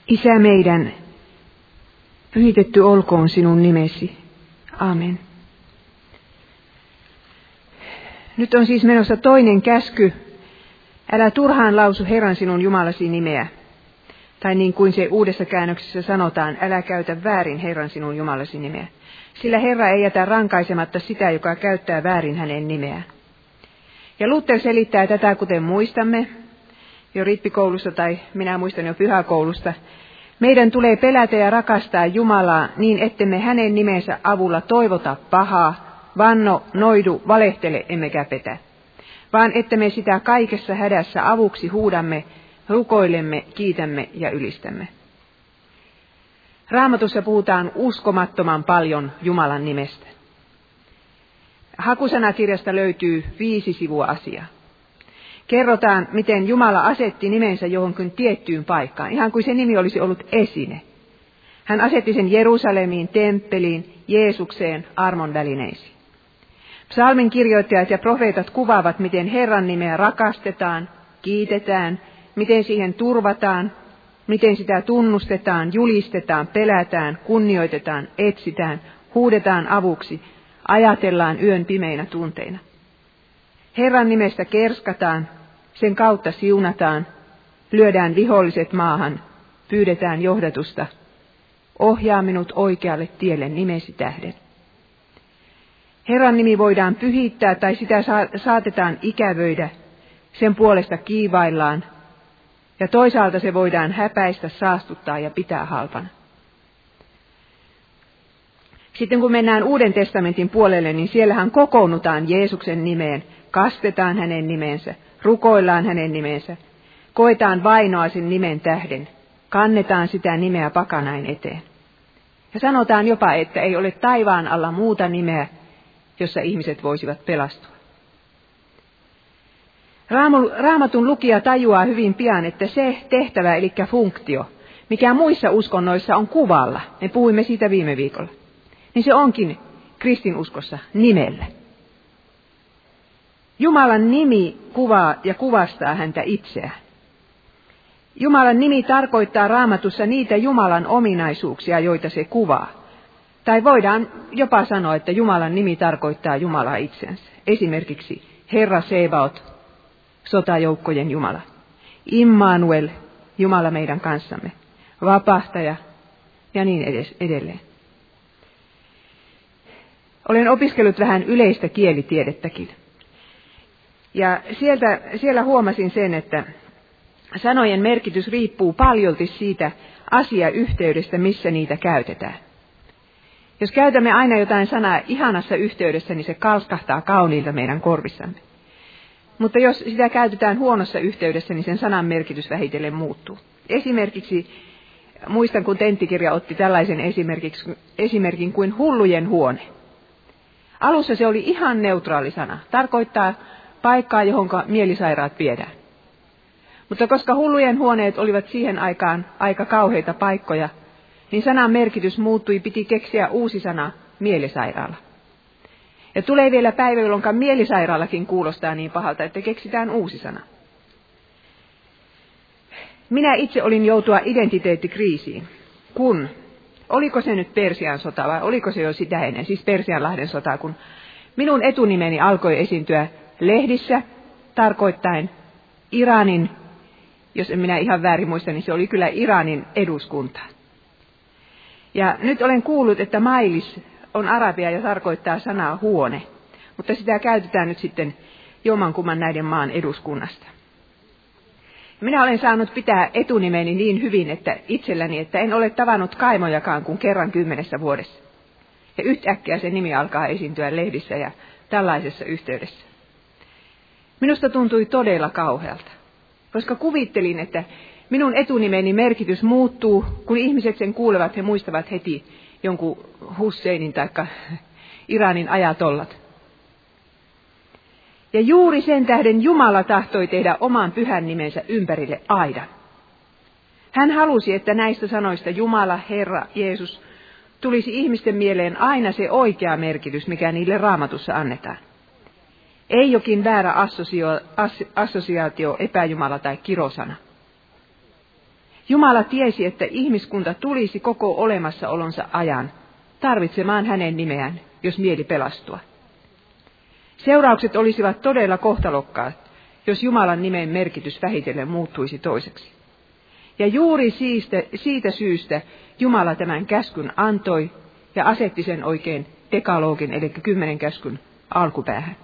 Isä meidän, pyhitetty olkoon sinun nimesi. Aamen. Nyt on siis menossa toinen käsky. Älä turhaan lausu Herran sinun Jumalasi nimeä. Tai niin kuin se uudessa käännöksessä sanotaan, älä käytä väärin Herran sinun Jumalasi nimeä. Sillä Herra ei jätä rankaisematta sitä, joka käyttää väärin hänen nimeään. Ja Luther selittää tätä, kuten muistamme jo rippikoulusta tai minä muistan jo pyhäkoulusta. Meidän tulee pelätä ja rakastaa Jumalaa niin, ettemme hänen nimensä avulla toivota pahaa, vanno, noidu, valehtele emmekä petä, vaan että me sitä kaikessa hädässä avuksi huudamme, rukoilemme, kiitämme ja ylistämme. Raamatussa puhutaan uskomattoman paljon Jumalan nimestä. Hakusanakirjasta löytyy 5 sivua asiaa. Kerrotaan, miten Jumala asetti nimensä johonkin tiettyyn paikkaan, ihan kuin se nimi olisi ollut esine. Hän asetti sen Jerusalemiin, temppeliin, Jeesukseen, armon välineisiin. Psalmin kirjoittajat ja profeetat kuvaavat, miten Herran nimeä rakastetaan, kiitetään, miten siihen turvataan, miten sitä tunnustetaan, julistetaan, pelätään, kunnioitetaan, etsitään, huudetaan avuksi, ajatellaan yön pimeinä tunteina. Herran nimestä kerskataan, sen kautta siunataan, lyödään viholliset maahan, pyydetään johdatusta. Ohjaa minut oikealle tielle nimesi tähden. Herran nimi voidaan pyhittää tai sitä saatetaan ikävöidä, sen puolesta kiivaillaan, ja toisaalta se voidaan häpäistä, saastuttaa ja pitää halpana. Sitten kun mennään Uuden testamentin puolelle, niin siellähän kokoonnutaan Jeesuksen nimeen, kastetaan hänen nimensä, rukoillaan hänen nimensä, koetaan vainoa sen nimen tähden, kannetaan sitä nimeä pakanain eteen. Ja sanotaan jopa, että ei ole taivaan alla muuta nimeä, jossa ihmiset voisivat pelastua. Raamatun lukija tajuaa hyvin pian, että se tehtävä, eli funktio, mikä muissa uskonnoissa on kuvalla, me puhuimme siitä viime viikolla, niin se onkin kristinuskossa nimellä. Jumalan nimi kuvaa ja kuvastaa häntä itseään. Jumalan nimi tarkoittaa Raamatussa niitä Jumalan ominaisuuksia, joita se kuvaa. Tai voidaan jopa sanoa, että Jumalan nimi tarkoittaa Jumalaa itsensä. Esimerkiksi Herra Sebaot, sotajoukkojen Jumala. Immanuel, Jumala meidän kanssamme. Vapahtaja ja niin edelleen. Olen opiskellut vähän yleistä kielitiedettäkin. Ja siellä huomasin sen, että sanojen merkitys riippuu paljolti siitä asiayhteydestä, missä niitä käytetään. Jos käytämme aina jotain sanaa ihanassa yhteydessä, niin se kalskahtaa kauniilta meidän korvissamme. Mutta jos sitä käytetään huonossa yhteydessä, niin sen sanan merkitys vähitellen muuttuu. Esimerkiksi muistan, kun tenttikirja otti tällaisen esimerkin kuin hullujen huone. Alussa se oli ihan neutraali sana. Tarkoittaa paikkaa, johon mielisairaat viedään. Mutta koska hullujen huoneet olivat siihen aikaan aika kauheita paikkoja, niin sanan merkitys muuttui, piti keksiä uusi sana, mielisairaala. Ja tulee vielä päivä, jolloin mielisairaalakin kuulostaa niin pahalta, että keksitään uusi sana. Minä itse olin joutua identiteettikriisiin, oliko se nyt Persian sota vai oliko se jo sitä ennen, siis Persianlahden sota, kun minun etunimeni alkoi esiintyä lehdissä, tarkoittaen Iranin, jos en minä ihan väärin muista, niin se oli kyllä Iranin eduskunta. Ja nyt olen kuullut, että mailis on arabia ja tarkoittaa sanaa huone, mutta sitä käytetään nyt sitten jommankumman näiden maan eduskunnasta. Minä olen saanut pitää etunimeni niin hyvin, että itselläni, että en ole tavannut kaimojakaan kuin kerran 10 vuodessa. Ja yhtäkkiä se nimi alkaa esiintyä lehdissä ja tällaisessa yhteydessä. Minusta tuntui todella kauhealta, koska kuvittelin, että minun etunimeni merkitys muuttuu, kun ihmiset sen kuulevat, he muistavat heti jonkun Husseinin tai Iranin ajatollat. Ja juuri sen tähden Jumala tahtoi tehdä oman pyhän nimensä ympärille aidan. Hän halusi, että näistä sanoista Jumala, Herra, Jeesus tulisi ihmisten mieleen aina se oikea merkitys, mikä niille Raamatussa annetaan. Ei jokin väärä assosiaatio, epäjumala tai kirosana. Jumala tiesi, että ihmiskunta tulisi koko olemassaolonsa ajan tarvitsemaan hänen nimeään, jos mieli pelastua. Seuraukset olisivat todella kohtalokkaat, jos Jumalan nimen merkitys vähitellen muuttuisi toiseksi. Ja juuri siitä syystä Jumala tämän käskyn antoi ja asetti sen oikein dekalogin, eli 10 käskyn alkupäähän.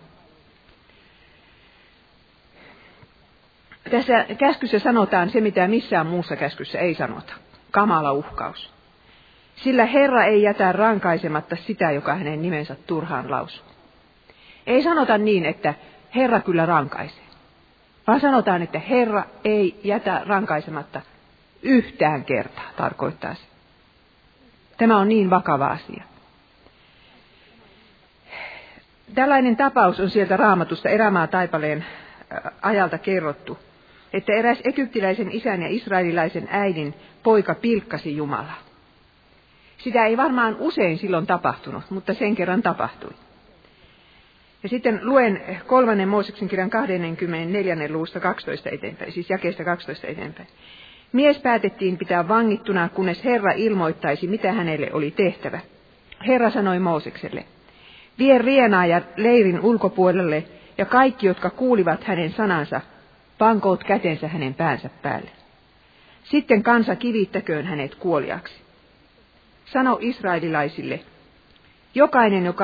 Tässä käskyssä sanotaan se, mitä missään muussa käskyssä ei sanota. Kamala uhkaus. Sillä Herra ei jätä rankaisematta sitä, joka hänen nimensä turhaan lausuu. Ei sanota niin, että Herra kyllä rankaisee, vaan sanotaan, että Herra ei jätä rankaisematta yhtään kertaa, tarkoittaa se. Tämä on niin vakava asia. Tällainen tapaus on sieltä Raamatusta Erämaa-taipaleen ajalta kerrottu, että eräs egyptiläisen isän ja israelilaisen äidin poika pilkkasi Jumalaa. Sitä ei varmaan usein silloin tapahtunut, mutta sen kerran tapahtui. Ja sitten luen 3. Mooseksen kirjan 24. luvusta 12 eteenpäin, siis jakeesta 12 eteenpäin. Mies päätettiin pitää vangittuna, kunnes Herra ilmoittaisi, mitä hänelle oli tehtävä. Herra sanoi Moosekselle, vie rienaaja leirin ulkopuolelle, ja kaikki, jotka kuulivat hänen sanansa, pankoot kätensä hänen päänsä päälle. Sitten kansa kivittäköön hänet kuoliaksi. Sano israelilaisille, jokaisen, joka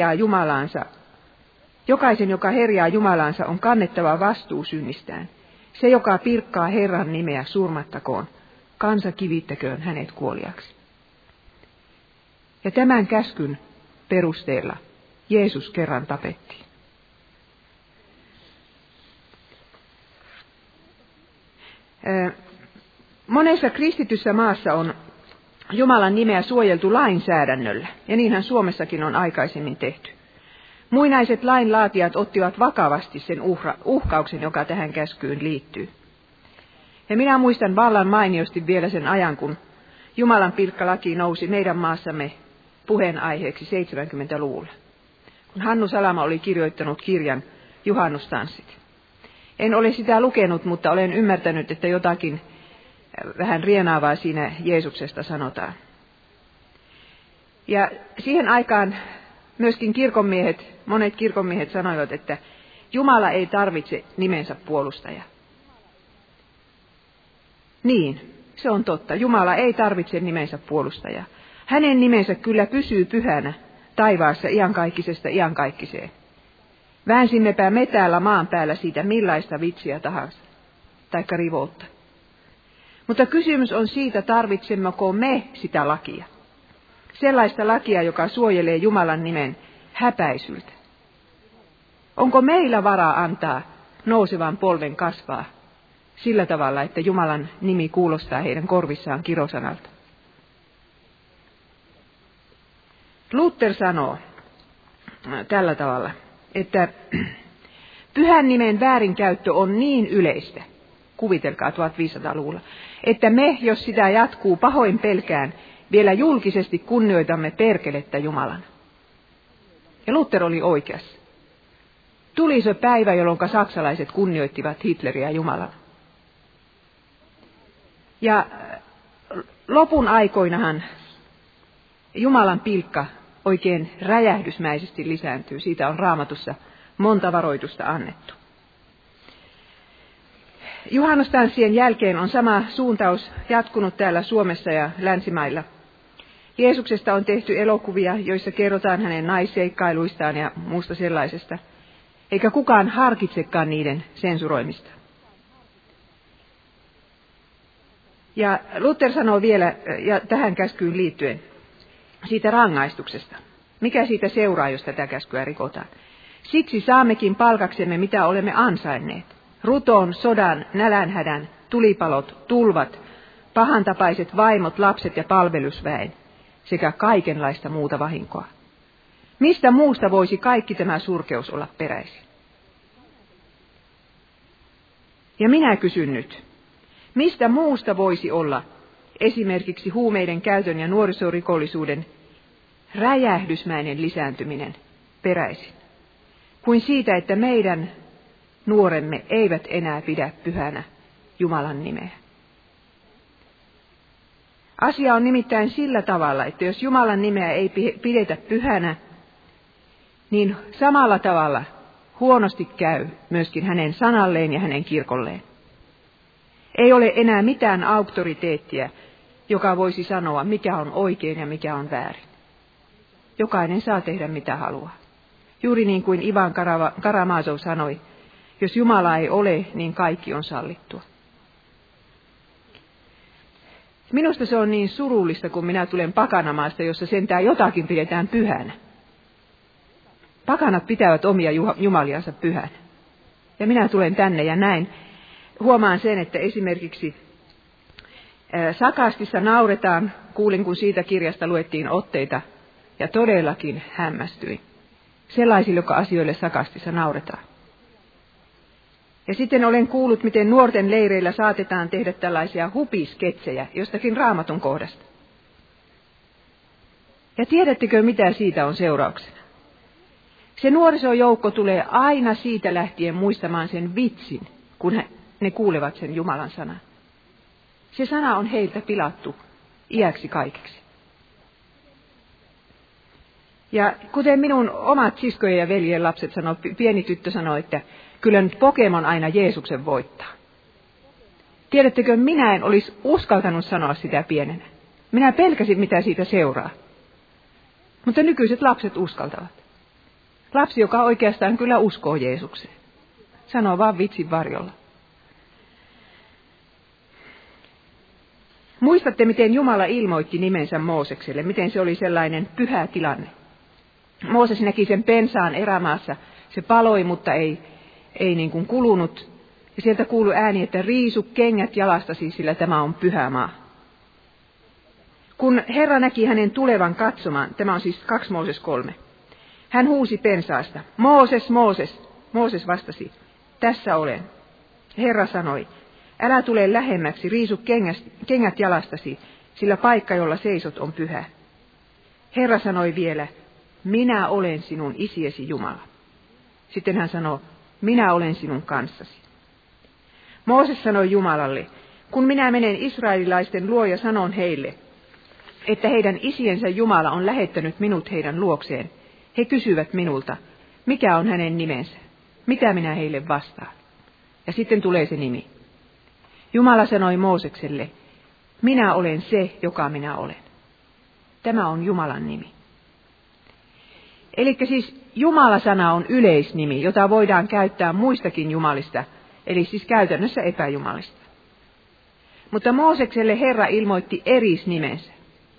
herjaa Jumalaansa, on kannettava vastuu synnistään. Se, joka pilkkaa Herran nimeä, surmattakoon. Kansa kivittäköön hänet kuoliaksi. Ja tämän käskyn perusteella Jeesus kerran tapettiin. Monessa kristityssä maassa on Jumalan nimeä suojeltu lainsäädännöllä, ja niinhän Suomessakin on aikaisemmin tehty. Muinaiset lainlaatijat ottivat vakavasti sen uhkauksen, joka tähän käskyyn liittyy. Ja minä muistan vallan mainiosti vielä sen ajan, kun Jumalan pilkkalaki nousi meidän maassamme puheenaiheeksi 70-luvulla. Kun Hannu Salama oli kirjoittanut kirjan Juhannustanssit. En ole sitä lukenut, mutta olen ymmärtänyt, että jotakin vähän rienaavaa siinä Jeesuksesta sanotaan. Ja siihen aikaan myöskin monet kirkonmiehet sanoivat, että Jumala ei tarvitse nimensä puolustaja. Niin, se on totta. Jumala ei tarvitse nimensä puolustaja. Hänen nimensä kyllä pysyy pyhänä taivaassa iankaikkisesta iankaikkiseen. Väänsimmepä me täällä maan päällä siitä millaista vitsiä tahansa, taikka rivoutta. Mutta kysymys on siitä, tarvitsemmeko me sitä lakia. Sellaista lakia, joka suojelee Jumalan nimen häpäisyltä. Onko meillä varaa antaa nousevan polven kasvaa sillä tavalla, että Jumalan nimi kuulostaa heidän korvissaan kirosanalta? Luther sanoo tällä tavalla, että pyhän nimen väärinkäyttö on niin yleistä, kuvitelkaa 1500-luvulla, että me, jos sitä jatkuu, pahoin pelkään, vielä julkisesti kunnioitamme perkelettä Jumalana. Ja Luther oli oikeassa. Tuli se päivä, jolloin saksalaiset kunnioittivat Hitleriä Jumalana. Ja lopun aikoinahan Jumalan pilkka oikein räjähdysmäisesti lisääntyy. Siitä on Raamatussa monta varoitusta annettu. Juhannustanssien jälkeen on sama suuntaus jatkunut täällä Suomessa ja länsimailla. Jeesuksesta on tehty elokuvia, joissa kerrotaan hänen naisseikkailuistaan ja muusta sellaisesta, eikä kukaan harkitsekaan niiden sensuroimista. Ja Luther sanoo vielä, ja tähän käskyyn liittyen, siitä rangaistuksesta. Mikä siitä seuraa, jos tätä käskyä rikotaan? Siksi saammekin palkaksemme, mitä olemme ansainneet. Ruton, sodan, nälänhädän, tulipalot, tulvat, pahantapaiset vaimot, lapset ja palvelusväen sekä kaikenlaista muuta vahinkoa. Mistä muusta voisi kaikki tämä surkeus olla peräisin? Ja minä kysyn nyt, mistä muusta voisi olla esimerkiksi huumeiden käytön ja nuorisorikollisuuden räjähdysmäinen lisääntyminen peräisin, kuin siitä, että meidän nuoremme eivät enää pidä pyhänä Jumalan nimeä. Asia on nimittäin sillä tavalla, että jos Jumalan nimeä ei pidetä pyhänä, niin samalla tavalla huonosti käy myöskin hänen sanalleen ja hänen kirkolleen. Ei ole enää mitään auktoriteettia, joka voisi sanoa, mikä on oikein ja mikä on väärin. Jokainen saa tehdä mitä haluaa. Juuri niin kuin Ivan Karamazov sanoi, jos Jumala ei ole, niin kaikki on sallittua. Minusta se on niin surullista, kun minä tulen pakanamaasta, jossa sentään jotakin pidetään pyhänä. Pakanat pitävät omia jumaliansa pyhänä. Ja minä tulen tänne ja näin. Huomaan sen, että esimerkiksi Sakastissa nauretaan. Kuulin, kun siitä kirjasta luettiin otteita ja todellakin hämmästyin. Sellaisille, jotka asioille Sakastissa nauretaan. Ja sitten olen kuullut, miten nuorten leireillä saatetaan tehdä tällaisia hupisketsejä jostakin Raamatun kohdasta. Ja tiedättekö, mitä siitä on seurauksena? Se nuorisojoukko tulee aina siitä lähtien muistamaan sen vitsin, kun ne kuulevat sen Jumalan sanan. Se sana on heiltä pilattu iäksi kaikeksi. Ja kuten minun omat siskojen ja veljen lapset sanoo, pieni tyttö sanoi, että kyllä nyt Pokemon aina Jeesuksen voittaa. Tiedättekö, minä en olisi uskaltanut sanoa sitä pienenä. Minä pelkäsin, mitä siitä seuraa. Mutta nykyiset lapset uskaltavat. Lapsi, joka oikeastaan kyllä uskoo Jeesukseen. Sanoo vaan vitsin varjolla. Muistatte, miten Jumala ilmoitti nimensä Moosekselle, miten se oli sellainen pyhä tilanne. Mooses näki sen pensaan erämaassa. Se paloi, mutta ei niin kuin kulunut. Ja sieltä kuului ääni, että riisu kengät jalastasi, sillä tämä on pyhä maa. Kun Herra näki hänen tulevan katsomaan, tämä on siis 2 Mooses 3. Hän huusi pensaasta, Mooses, Mooses. Mooses vastasi, tässä olen. Herra sanoi, älä tule lähemmäksi, riisu kengät jalastasi, sillä paikka, jolla seisot, on pyhä. Herra sanoi vielä, minä olen sinun isiesi Jumala. Sitten hän sanoi, minä olen sinun kanssasi. Mooses sanoi Jumalalle, kun minä menen israelilaisten luo ja sanon heille, että heidän isiensä Jumala on lähettänyt minut heidän luokseen, he kysyvät minulta, mikä on hänen nimensä, mitä minä heille vastaan. Ja sitten tulee se nimi. Jumala sanoi Moosekselle, minä olen se, joka minä olen. Tämä on Jumalan nimi. Eli siis Jumala-sana on yleisnimi, jota voidaan käyttää muistakin jumalista, eli siis käytännössä epäjumalista. Mutta Moosekselle Herra ilmoitti erisnimensä.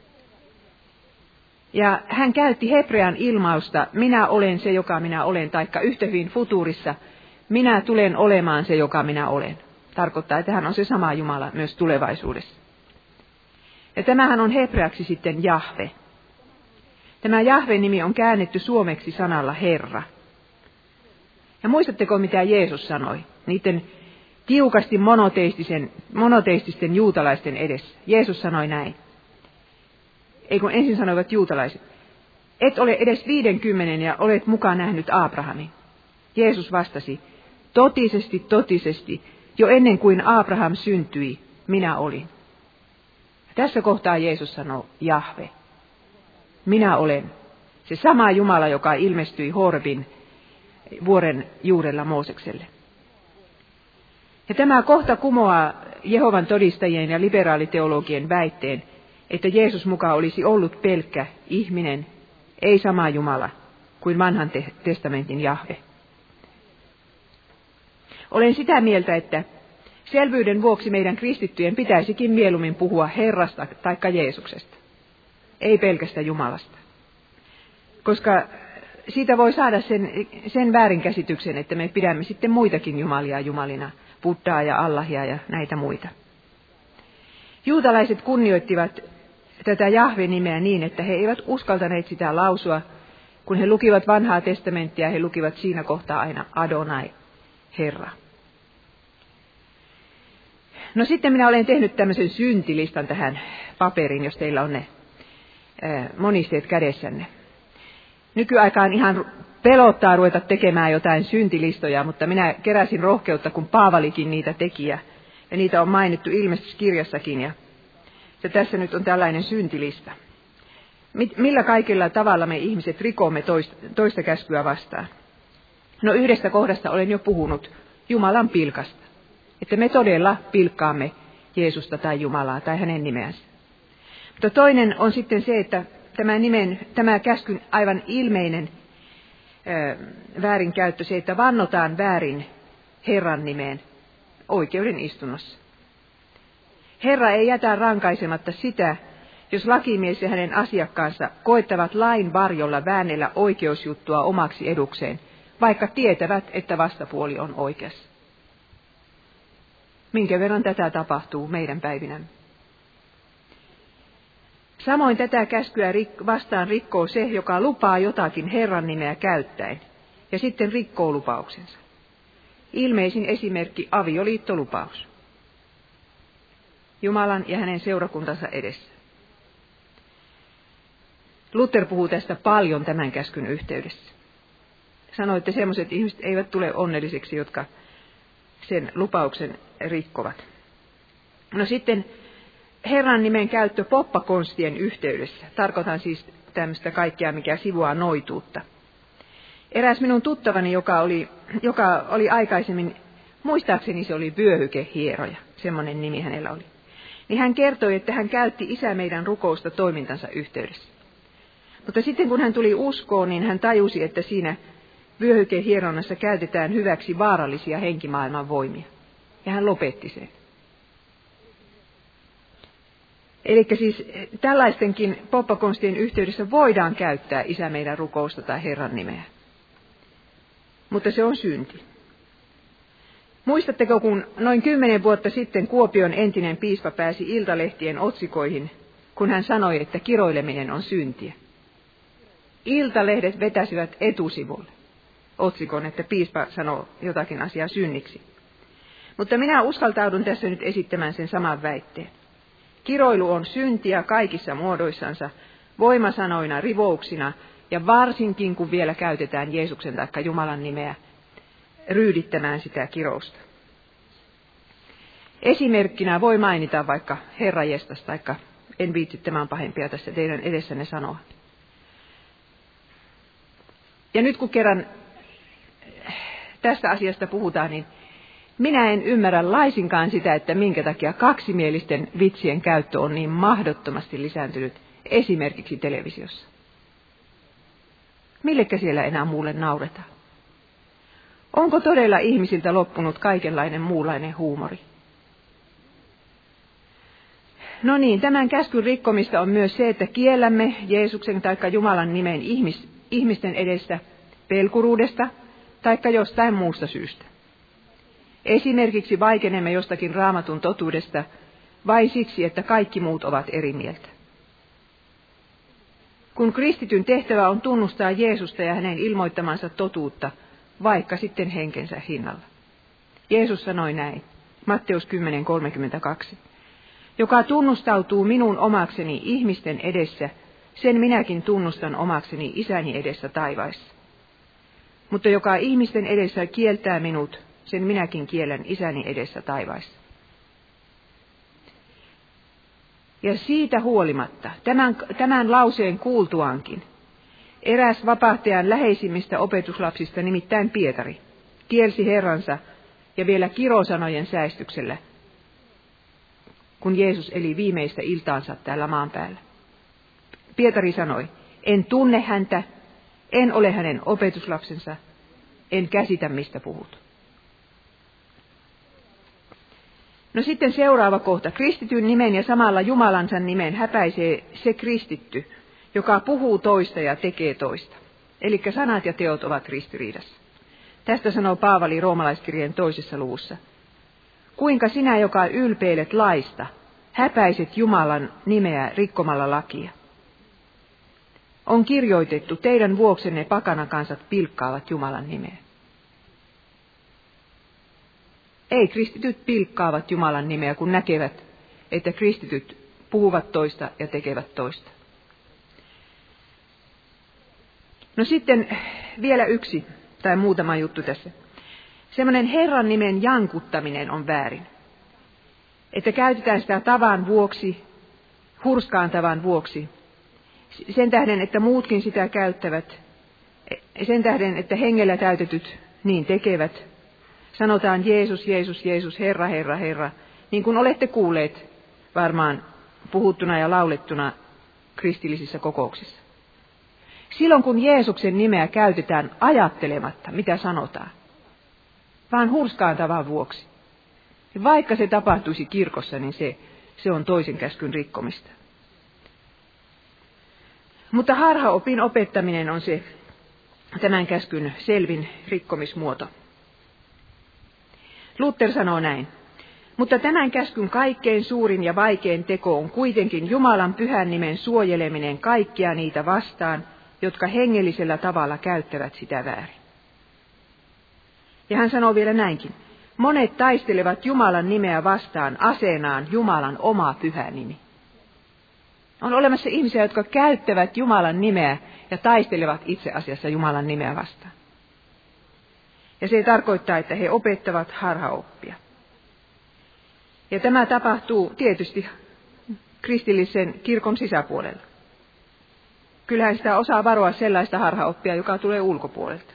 Ja hän käytti hebrean ilmausta, minä olen se, joka minä olen, taikka yhtä hyvin futuurissa, minä tulen olemaan se, joka minä olen. Tarkoittaa, että hän on se sama Jumala myös tulevaisuudessa. Ja tämähän on hebreaksi sitten Jahve. Tämä Jahve-nimi on käännetty suomeksi sanalla Herra. Ja muistatteko, mitä Jeesus sanoi niiden tiukasti monoteististen juutalaisten edessä? Jeesus sanoi näin. Ei kun ensin sanoivat juutalaiset, et ole edes 50 ja olet mukaan nähnyt Abrahamin. Jeesus vastasi, totisesti, totisesti, jo ennen kuin Abraham syntyi, minä olin. Tässä kohtaa Jeesus sanoo, Jahve. Minä olen se sama Jumala, joka ilmestyi Horebin vuoren juurella Moosekselle. Ja tämä kohta kumoaa Jehovan todistajien ja liberaaliteologien väitteen, että Jeesus mukaan olisi ollut pelkkä ihminen, ei sama Jumala kuin vanhan testamentin Jahve. Olen sitä mieltä, että selvyyden vuoksi meidän kristittyjen pitäisikin mieluummin puhua Herrasta taikka Jeesuksesta, ei pelkästä Jumalasta. Koska siitä voi saada sen väärinkäsityksen, että me pidämme sitten muitakin jumalia jumalina, Buddhaa ja Allahia ja näitä muita. Juutalaiset kunnioittivat tätä Jahve-nimeä niin, että he eivät uskaltaneet sitä lausua. Kun he lukivat vanhaa testamenttia, he lukivat siinä kohtaa aina Adonai, Herra. No sitten minä olen tehnyt tämmöisen syntilistan tähän paperiin, jos teillä on ne monisteet kädessänne. Nykyaikaan ihan pelottaa ruveta tekemään jotain syntilistoja, mutta minä keräsin rohkeutta, kun Paavalikin niitä teki, ja niitä on mainittu ilmestyskirjassakin. Ja että tässä nyt on tällainen syntilista. Millä kaikilla tavalla me ihmiset rikomme toista käskyä vastaan? No yhdestä kohdasta olen jo puhunut, Jumalan pilkasta. Että me todella pilkkaamme Jeesusta tai Jumalaa tai hänen nimeänsä. Mutta toinen on sitten se, että tämä käskyn aivan ilmeinen väärinkäyttö, se, että vannotaan väärin Herran nimeen oikeuden istunnossa. Herra ei jätä rankaisematta sitä, jos lakimies ja hänen asiakkaansa koettavat lain varjolla väännellä oikeusjuttua omaksi edukseen, vaikka tietävät, että vastapuoli on oikeassa. Minkä verran tätä tapahtuu meidän päivinämme? Samoin tätä käskyä vastaan rikkoo se, joka lupaa jotakin Herran nimeä käyttäen, ja sitten rikkoo lupauksensa. Ilmeisin esimerkki avioliittolupaus. Jumalan ja hänen seurakuntansa edessä. Luther puhuu tästä paljon tämän käskyn yhteydessä. Sanoi, että sellaiset ihmiset eivät tule onnellisiksi, jotka sen lupauksen rikkovat. No sitten Herran nimen käyttö poppakonstien yhteydessä. Tarkoitan siis tämmöistä kaikkea, mikä sivuaa noituutta. Eräs minun tuttavani, joka oli aikaisemmin, muistaakseni se oli vyöhykehieroja, semmoinen nimi hänellä oli. Niin hän kertoi, että hän käytti Isä meidän rukousta toimintansa yhteydessä. Mutta sitten kun hän tuli uskoon, niin hän tajusi, että siinä vyöhykehieronnassa käytetään hyväksi vaarallisia henkimaailman voimia. Ja hän lopetti sen. Eli siis tällaistenkin poppakonstien yhteydessä voidaan käyttää Isä meidän rukousta tai Herran nimeä. Mutta se on synti. Muistatteko, kun noin 10 vuotta sitten Kuopion entinen piispa pääsi Iltalehtien otsikoihin, kun hän sanoi, että kiroileminen on syntiä? Iltalehdet vetäsivät etusivulle otsikon, että piispa sanoo jotakin asiaa synniksi. Mutta minä uskaltaudun tässä nyt esittämään sen saman väitteen. Kiroilu on syntiä kaikissa muodoissansa, voimasanoina, rivouksina ja varsinkin kun vielä käytetään Jeesuksen tai Jumalan nimeä ryydittämään sitä kirousta. Esimerkkinä voi mainita vaikka Herranjestas, taikka en viitsi tämän pahempia tässä teidän edessänne sanoa. Ja nyt kun kerran tästä asiasta puhutaan, niin minä en ymmärrä laisinkaan sitä, että minkä takia kaksimielisten vitsien käyttö on niin mahdottomasti lisääntynyt esimerkiksi televisiossa. Millekä siellä enää muulle nauretaan? Onko todella ihmisiltä loppunut kaikenlainen muunlainen huumori? No niin, tämän käskyn rikkomista on myös se, että kiellämme Jeesuksen tai Jumalan nimen ihmisten edessä pelkuruudesta tai jostain muusta syystä. Esimerkiksi vaikenemme jostakin Raamatun totuudesta vain siksi, että kaikki muut ovat eri mieltä. Kun kristityn tehtävä on tunnustaa Jeesusta ja hänen ilmoittamansa totuutta, vaikka sitten henkensä hinnalla. Jeesus sanoi näin, Matteus 10:32. Joka tunnustautuu minun omakseni ihmisten edessä, sen minäkin tunnustan omakseni Isäni edessä taivaissa. Mutta joka ihmisten edessä kieltää minut, sen minäkin kiellän Isäni edessä taivaissa. Ja siitä huolimatta, tämän lauseen kuultuankin, eräs vapahtajan läheisimmistä opetuslapsista, nimittäin Pietari, kielsi Herransa ja vielä kirosanojen säestyksellä, kun Jeesus eli viimeistä iltaansa täällä maan päällä. Pietari sanoi, en tunne häntä, en ole hänen opetuslapsensa, en käsitä mistä puhut. No sitten seuraava kohta. Kristityn nimen ja samalla Jumalansa nimen häpäisee se kristitty, joka puhuu toista ja tekee toista. Eli sanat ja teot ovat ristiriidassa. Tästä sanoo Paavali roomalaiskirjeen 2. luvussa. Kuinka sinä, joka ylpeilet laista, häpäiset Jumalan nimeä rikkomalla lakia? On kirjoitettu, teidän vuoksenne pakanakansat pilkkaavat Jumalan nimeä. Ei kristityt pilkkaavat Jumalan nimeä, kun näkevät, että kristityt puhuvat toista ja tekevät toista. No sitten vielä yksi tai muutama juttu tässä. Semmoinen Herran nimen jankuttaminen on väärin. Että käytetään sitä tavan vuoksi hurskaantavan vuoksi. Sen tähden, että muutkin sitä käyttävät. Sen tähden, että hengellä täytetyt niin tekevät. Sanotaan Jeesus, Jeesus, Jeesus, Herra, Herra, Herra. Niin kuin olette kuulleet varmaan puhuttuna ja laulettuna kristillisissä kokouksissa. Silloin kun Jeesuksen nimeä käytetään ajattelematta, mitä sanotaan, vaan hurskaantavan vuoksi. Ja vaikka se tapahtuisi kirkossa, niin se on toisen käskyn rikkomista. Mutta harhaopin opettaminen on se tämän käskyn selvin rikkomismuoto. Luther sanoo näin. Mutta tämän käskyn kaikkein suurin ja vaikein teko on kuitenkin Jumalan pyhän nimen suojeleminen kaikkia niitä vastaan, jotka hengellisellä tavalla käyttävät sitä väärin. Ja hän sanoo vielä näinkin. Monet taistelevat Jumalan nimeä vastaan aseenaan Jumalan oma pyhä nimi. On olemassa ihmisiä, jotka käyttävät Jumalan nimeä ja taistelevat itse asiassa Jumalan nimeä vastaan. Ja se tarkoittaa, että he opettavat harhaoppia. Ja tämä tapahtuu tietysti kristillisen kirkon sisäpuolella. Kyllähän sitä osaa varoa sellaista harhaoppia, joka tulee ulkopuolelta.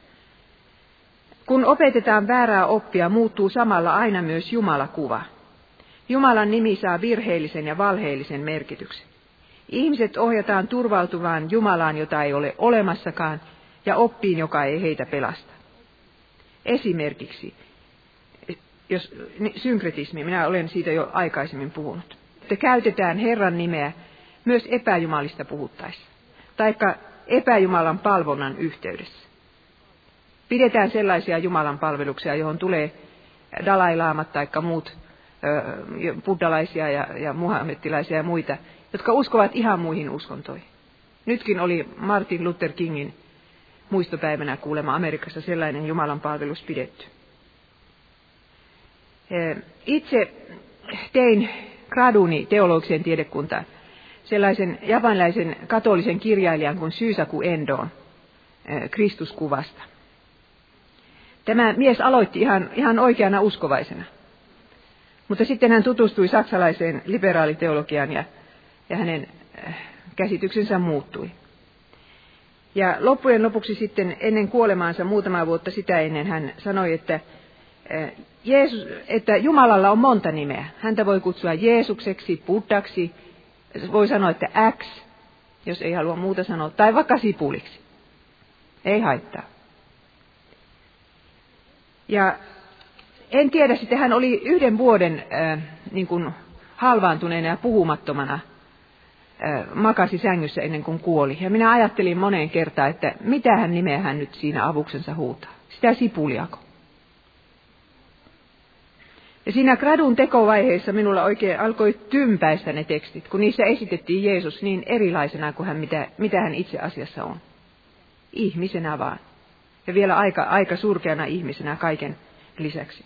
Kun opetetaan väärää oppia, muuttuu samalla aina myös Jumalakuva. Jumalan nimi saa virheellisen ja valheellisen merkityksen. Ihmiset ohjataan turvautumaan Jumalaan, jota ei ole olemassakaan, ja oppiin, joka ei heitä pelasta. Esimerkiksi, jos synkretismi, minä olen siitä jo aikaisemmin puhunut, että käytetään Herran nimeä myös epäjumalista puhuttaessa, taikka epäjumalan palvonnan yhteydessä. Pidetään sellaisia Jumalan palveluksia, johon tulee Dalai-laamat taikka muut buddhalaisia ja muhammettilaisia ja muita, jotka uskovat ihan muihin uskontoihin. Nytkin oli Martin Luther Kingin muistopäivänä kuulemma Amerikassa sellainen Jumalan palvelus pidetty. Itse tein graduni teologiseen tiedekuntaan sellaisen japanilaisen katolisen kirjailijan kuin Shusaku Endon Kristuskuvasta. Tämä mies aloitti ihan oikeana uskovaisena, mutta sitten hän tutustui saksalaiseen liberaaliteologiaan ja hänen käsityksensä muuttui. Ja loppujen lopuksi sitten ennen kuolemaansa muutama vuotta sitä ennen hän sanoi, että Jumalalla on monta nimeä. Häntä voi kutsua Jeesukseksi, Buddhaksi, voi sanoa, että X, jos ei halua muuta sanoa, tai vaikka sipuliksi. Ei haittaa. Ja en tiedä, sitten hän oli 1 vuoden niin kuin halvaantuneena ja puhumattomana makasi sängyssä ennen kuin kuoli. Ja minä ajattelin moneen kertaan, että mitähän nimeä hän nyt siinä avuksensa huutaa. Sitä sipuliako. Ja siinä gradun tekovaiheessa minulla oikein alkoi tympäistä ne tekstit, kun niissä esitettiin Jeesus niin erilaisena kuin mitä hän itse asiassa on. Ihmisenä vaan. Ja vielä aika surkeana ihmisenä kaiken lisäksi.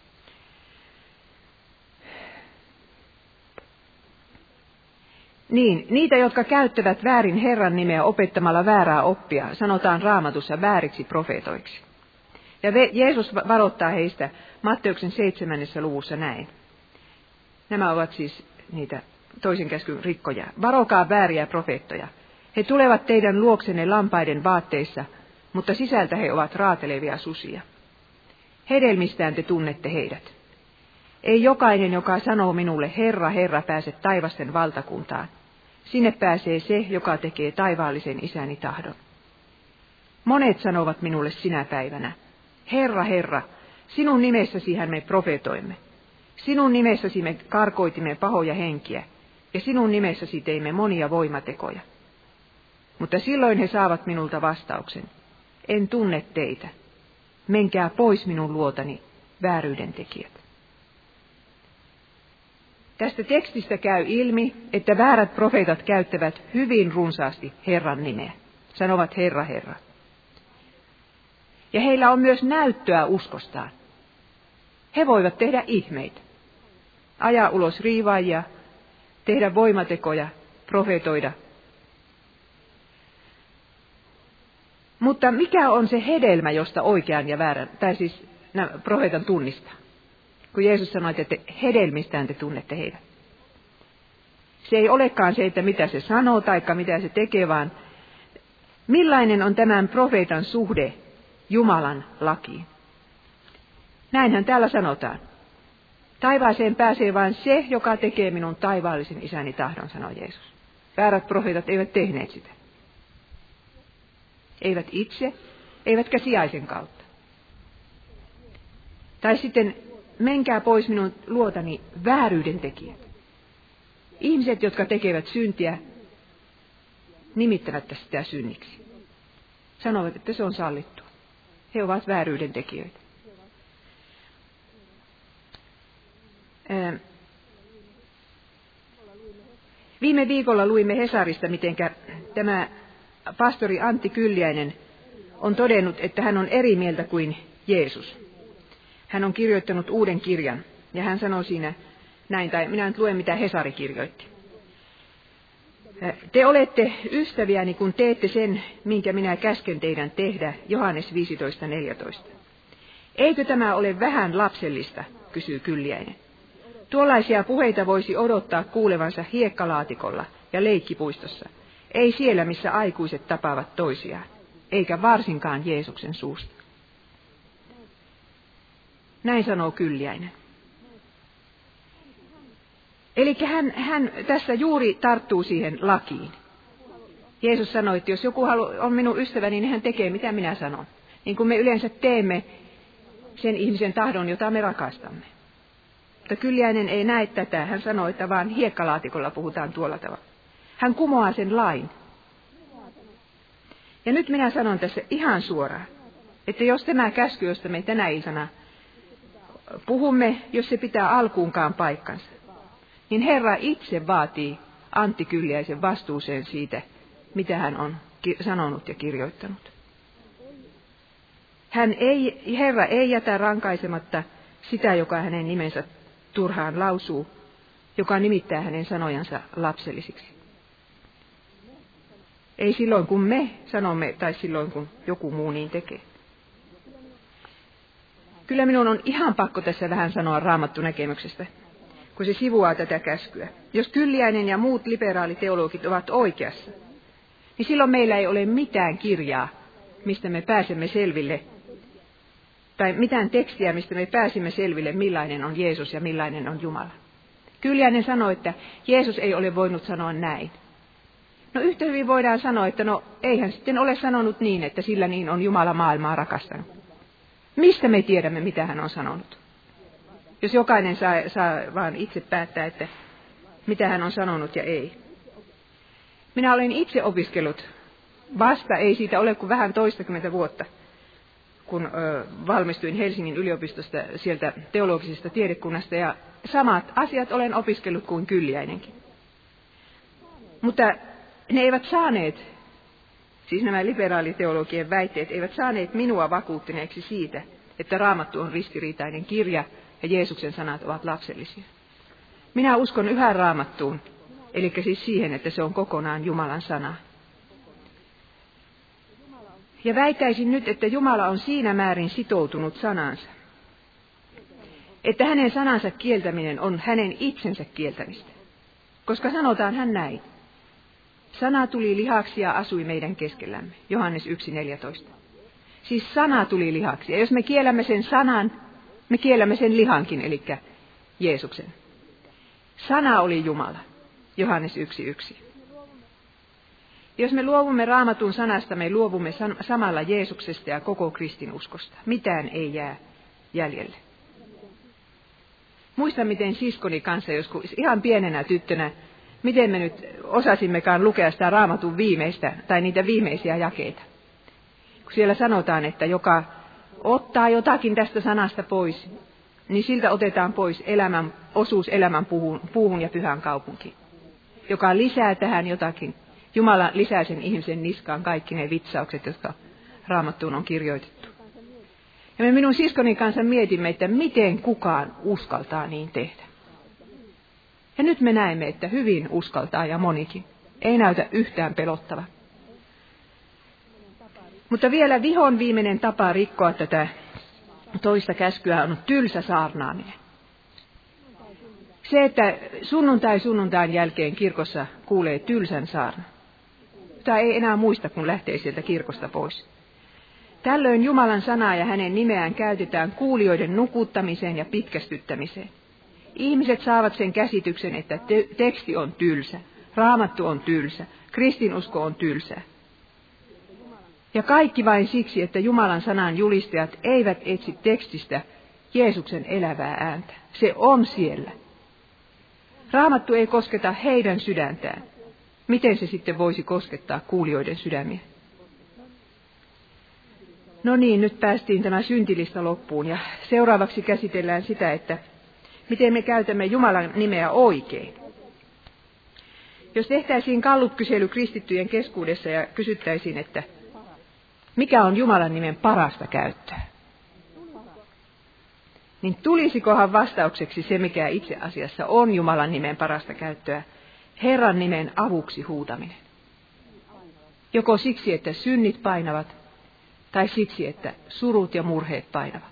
Niin, niitä, jotka käyttävät väärin Herran nimeä opettamalla väärää oppia, sanotaan Raamatussa vääriksi profeetoiksi. Ja Jeesus varoittaa heistä Matteuksen 7. luvussa näin. Nämä ovat siis niitä toisen käskyn rikkoja. Varokaa vääriä profeettoja. He tulevat teidän luoksenne lampaiden vaatteissa, mutta sisältä he ovat raatelevia susia. Hedelmistään te tunnette heidät. Ei jokainen, joka sanoo minulle, Herra, Herra, pääse taivasten valtakuntaan. Sinne pääsee se, joka tekee taivaallisen isäni tahdon. Monet sanovat minulle sinä päivänä, Herra, Herra, sinun nimessäsihän me profetoimme. Sinun nimessäsi me karkoitimme pahoja henkiä, ja sinun nimessäsi teimme monia voimatekoja. Mutta silloin he saavat minulta vastauksen, en tunne teitä. Menkää pois minun luotani, vääryyden tekijät. Tästä tekstistä käy ilmi, että väärät profeetat käyttävät hyvin runsaasti Herran nimeä. Sanovat Herra, Herra. Ja heillä on myös näyttöä uskostaan. He voivat tehdä ihmeitä. Ajaa ulos riivaajia, tehdä voimatekoja, profetoida. Mutta mikä on se hedelmä, josta oikean ja väärän, tai siis profeetan tunnistaa? Kun Jeesus sanoi, että hedelmistään te tunnette heidät. Se ei olekaan se, että mitä se sanoo tai mitä se tekee, vaan millainen on tämän profeetan suhde Jumalan lakiin. Näinhän täällä sanotaan. Taivaaseen pääsee vain se, joka tekee minun taivaallisen isäni tahdon, sanoo Jeesus. Väärät profeetat eivät tehneet sitä. Eivät itse, eivätkä sijaisen kautta. Tai sitten menkää pois minun luotani vääryyden tekijät. Ihmiset, jotka tekevät syntiä, nimittävät sitä synniksi. Sanovat, että se on sallittua. He ovat vääryyden tekijöitä. Viime viikolla luimme Hesarista, miten tämä pastori Antti Kylliäinen on todennut, että hän on eri mieltä kuin Jeesus. Hän on kirjoittanut uuden kirjan, ja hän sanoo siinä näin, tai minä nyt luen, mitä Hesari kirjoitti. Te olette ystäviäni, kun teette sen, minkä minä käsken teidän tehdä, Johannes 15:14. Eikö tämä ole vähän lapsellista, kysyy Kylliäinen. Tuollaisia puheita voisi odottaa kuulevansa hiekkalaatikolla ja leikkipuistossa, ei siellä, missä aikuiset tapaavat toisiaan, eikä varsinkaan Jeesuksen suusta. Näin sanoo Kylliäinen. Eli hän tässä juuri tarttuu siihen lakiin. Jeesus sanoi, että jos joku on minun ystäväni, niin hän tekee mitä minä sanon. Niin kuin me yleensä teemme sen ihmisen tahdon, jota me rakastamme. Mutta Kylliäinen ei näe tätä. Hän sanoi, että vaan hiekkalaatikolla puhutaan tuolla tavalla. Hän kumoaa sen lain. Ja nyt minä sanon tässä ihan suoraan, että jos tämä käsky, josta me tänä iltana puhumme, jos se pitää alkuunkaan paikkansa, niin Herra itse vaatii Antti Kylliäisen vastuuseen siitä, mitä hän on sanonut ja kirjoittanut. Herra ei jätä rankaisematta sitä, joka hänen nimensä turhaan lausuu, joka nimittää hänen sanojansa lapsellisiksi. Ei silloin, kun me sanomme, tai silloin, kun joku muu niin tekee. Kyllä minun on ihan pakko tässä vähän sanoa raamattunäkemyksestä, kun se sivuaa tätä käskyä. Jos Kylliäinen ja muut liberaaliteologit ovat oikeassa, niin silloin meillä ei ole mitään kirjaa, mistä me pääsemme selville, tai mitään tekstiä, mistä me pääsimme selville, millainen on Jeesus ja millainen on Jumala. Kylliäinen sanoi, että Jeesus ei ole voinut sanoa näin. No yhtä hyvin voidaan sanoa, että no eihän sitten ole sanonut niin, että sillä niin on Jumala maailmaa rakastanut. Mistä me tiedämme, mitä hän on sanonut? Jos jokainen saa vaan itse päättää, että mitä hän on sanonut ja ei. Minä olen itse opiskellut vasta, ei siitä ole kuin vähän toistakymmentä vuotta, kun valmistuin Helsingin yliopistosta sieltä teologisesta tiedekunnasta, ja samat asiat olen opiskellut kuin Kylliäinenkin. Mutta ne eivät saaneet, siis nämä liberaaliteologien väitteet eivät saaneet minua vakuuttuneeksi siitä, että Raamattu on ristiriitainen kirja ja Jeesuksen sanat ovat lapsellisia. Minä uskon yhä Raamattuun, eli siis siihen, että se on kokonaan Jumalan sana. Ja väittäisin nyt, että Jumala on siinä määrin sitoutunut sanansa, että hänen sanansa kieltäminen on hänen itsensä kieltämistä. Koska sanotaan hän näin. Sana tuli lihaksi ja asui meidän keskellämme. Johannes 1:14. Siis sana tuli lihaksi. Ja jos me kiellämme sen sanan, me kiellämme sen lihankin, eli Jeesuksen. Sana oli Jumala. Johannes 1:1. Jos me luovumme Raamatun sanasta, me luovumme samalla Jeesuksesta ja koko kristinuskosta. Mitään ei jää jäljelle. Muistan, miten siskoni kanssa joskus ihan pienenä tyttönä, miten me nyt osasimmekaan lukea sitä Raamatun viimeistä tai niitä viimeisiä jakeita. Kun siellä sanotaan, että joka ottaa jotakin tästä sanasta pois, niin siltä otetaan pois osuus elämän puuhun ja pyhään kaupunkiin. Joka lisää tähän jotakin. Jumala lisää sen ihmisen niskaan kaikki ne vitsaukset, jotka Raamattuun on kirjoitettu. Ja me minun siskoni kanssa mietimme, että miten kukaan uskaltaa niin tehdä. Ja nyt me näemme, että hyvin uskaltaa ja monikin. Ei näytä yhtään pelottava. Mutta vielä vihon viimeinen tapa rikkoa tätä toista käskyä on tylsä saarnaaminen. Se, että sunnuntain jälkeen kirkossa kuulee tylsän saarnan, jota ei enää muista, kun lähtee sieltä kirkosta pois. Tällöin Jumalan sanaa ja hänen nimeään käytetään kuulijoiden nukuttamiseen ja pitkästyttämiseen. Ihmiset saavat sen käsityksen, että teksti on tylsä, raamattu on tylsä, kristinusko on tylsä. Ja kaikki vain siksi, että Jumalan sanan julistajat eivät etsi tekstistä Jeesuksen elävää ääntä. Se on siellä. Raamattu ei kosketa heidän sydäntään. Miten se sitten voisi koskettaa kuulijoiden sydämiä? No niin, nyt päästiin tämä syntilista loppuun ja seuraavaksi käsitellään sitä, että miten me käytämme Jumalan nimeä oikein. Jos tehtäisiin Gallup-kysely kristittyjen keskuudessa ja kysyttäisiin, että mikä on Jumalan nimen parasta käyttöä, niin tulisikohan vastaukseksi se, mikä itse asiassa on Jumalan nimen parasta käyttöä, Herran nimen avuksi huutaminen. Joko siksi, että synnit painavat, tai siksi, että surut ja murheet painavat.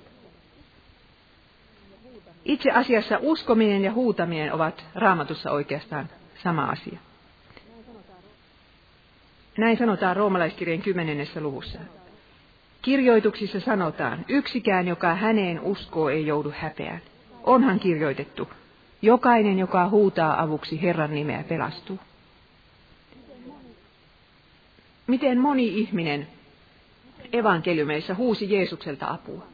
Itse asiassa uskominen ja huutaminen ovat Raamatussa oikeastaan sama asia. Näin sanotaan Roomalaiskirjeen 10. luvussa. Kirjoituksissa sanotaan, yksikään, joka häneen uskoo, ei joudu häpeään. Onhan kirjoitettu, jokainen, joka huutaa avuksi Herran nimeä, pelastuu. Miten moni ihminen evankeliumeissa huusi Jeesukselta apua.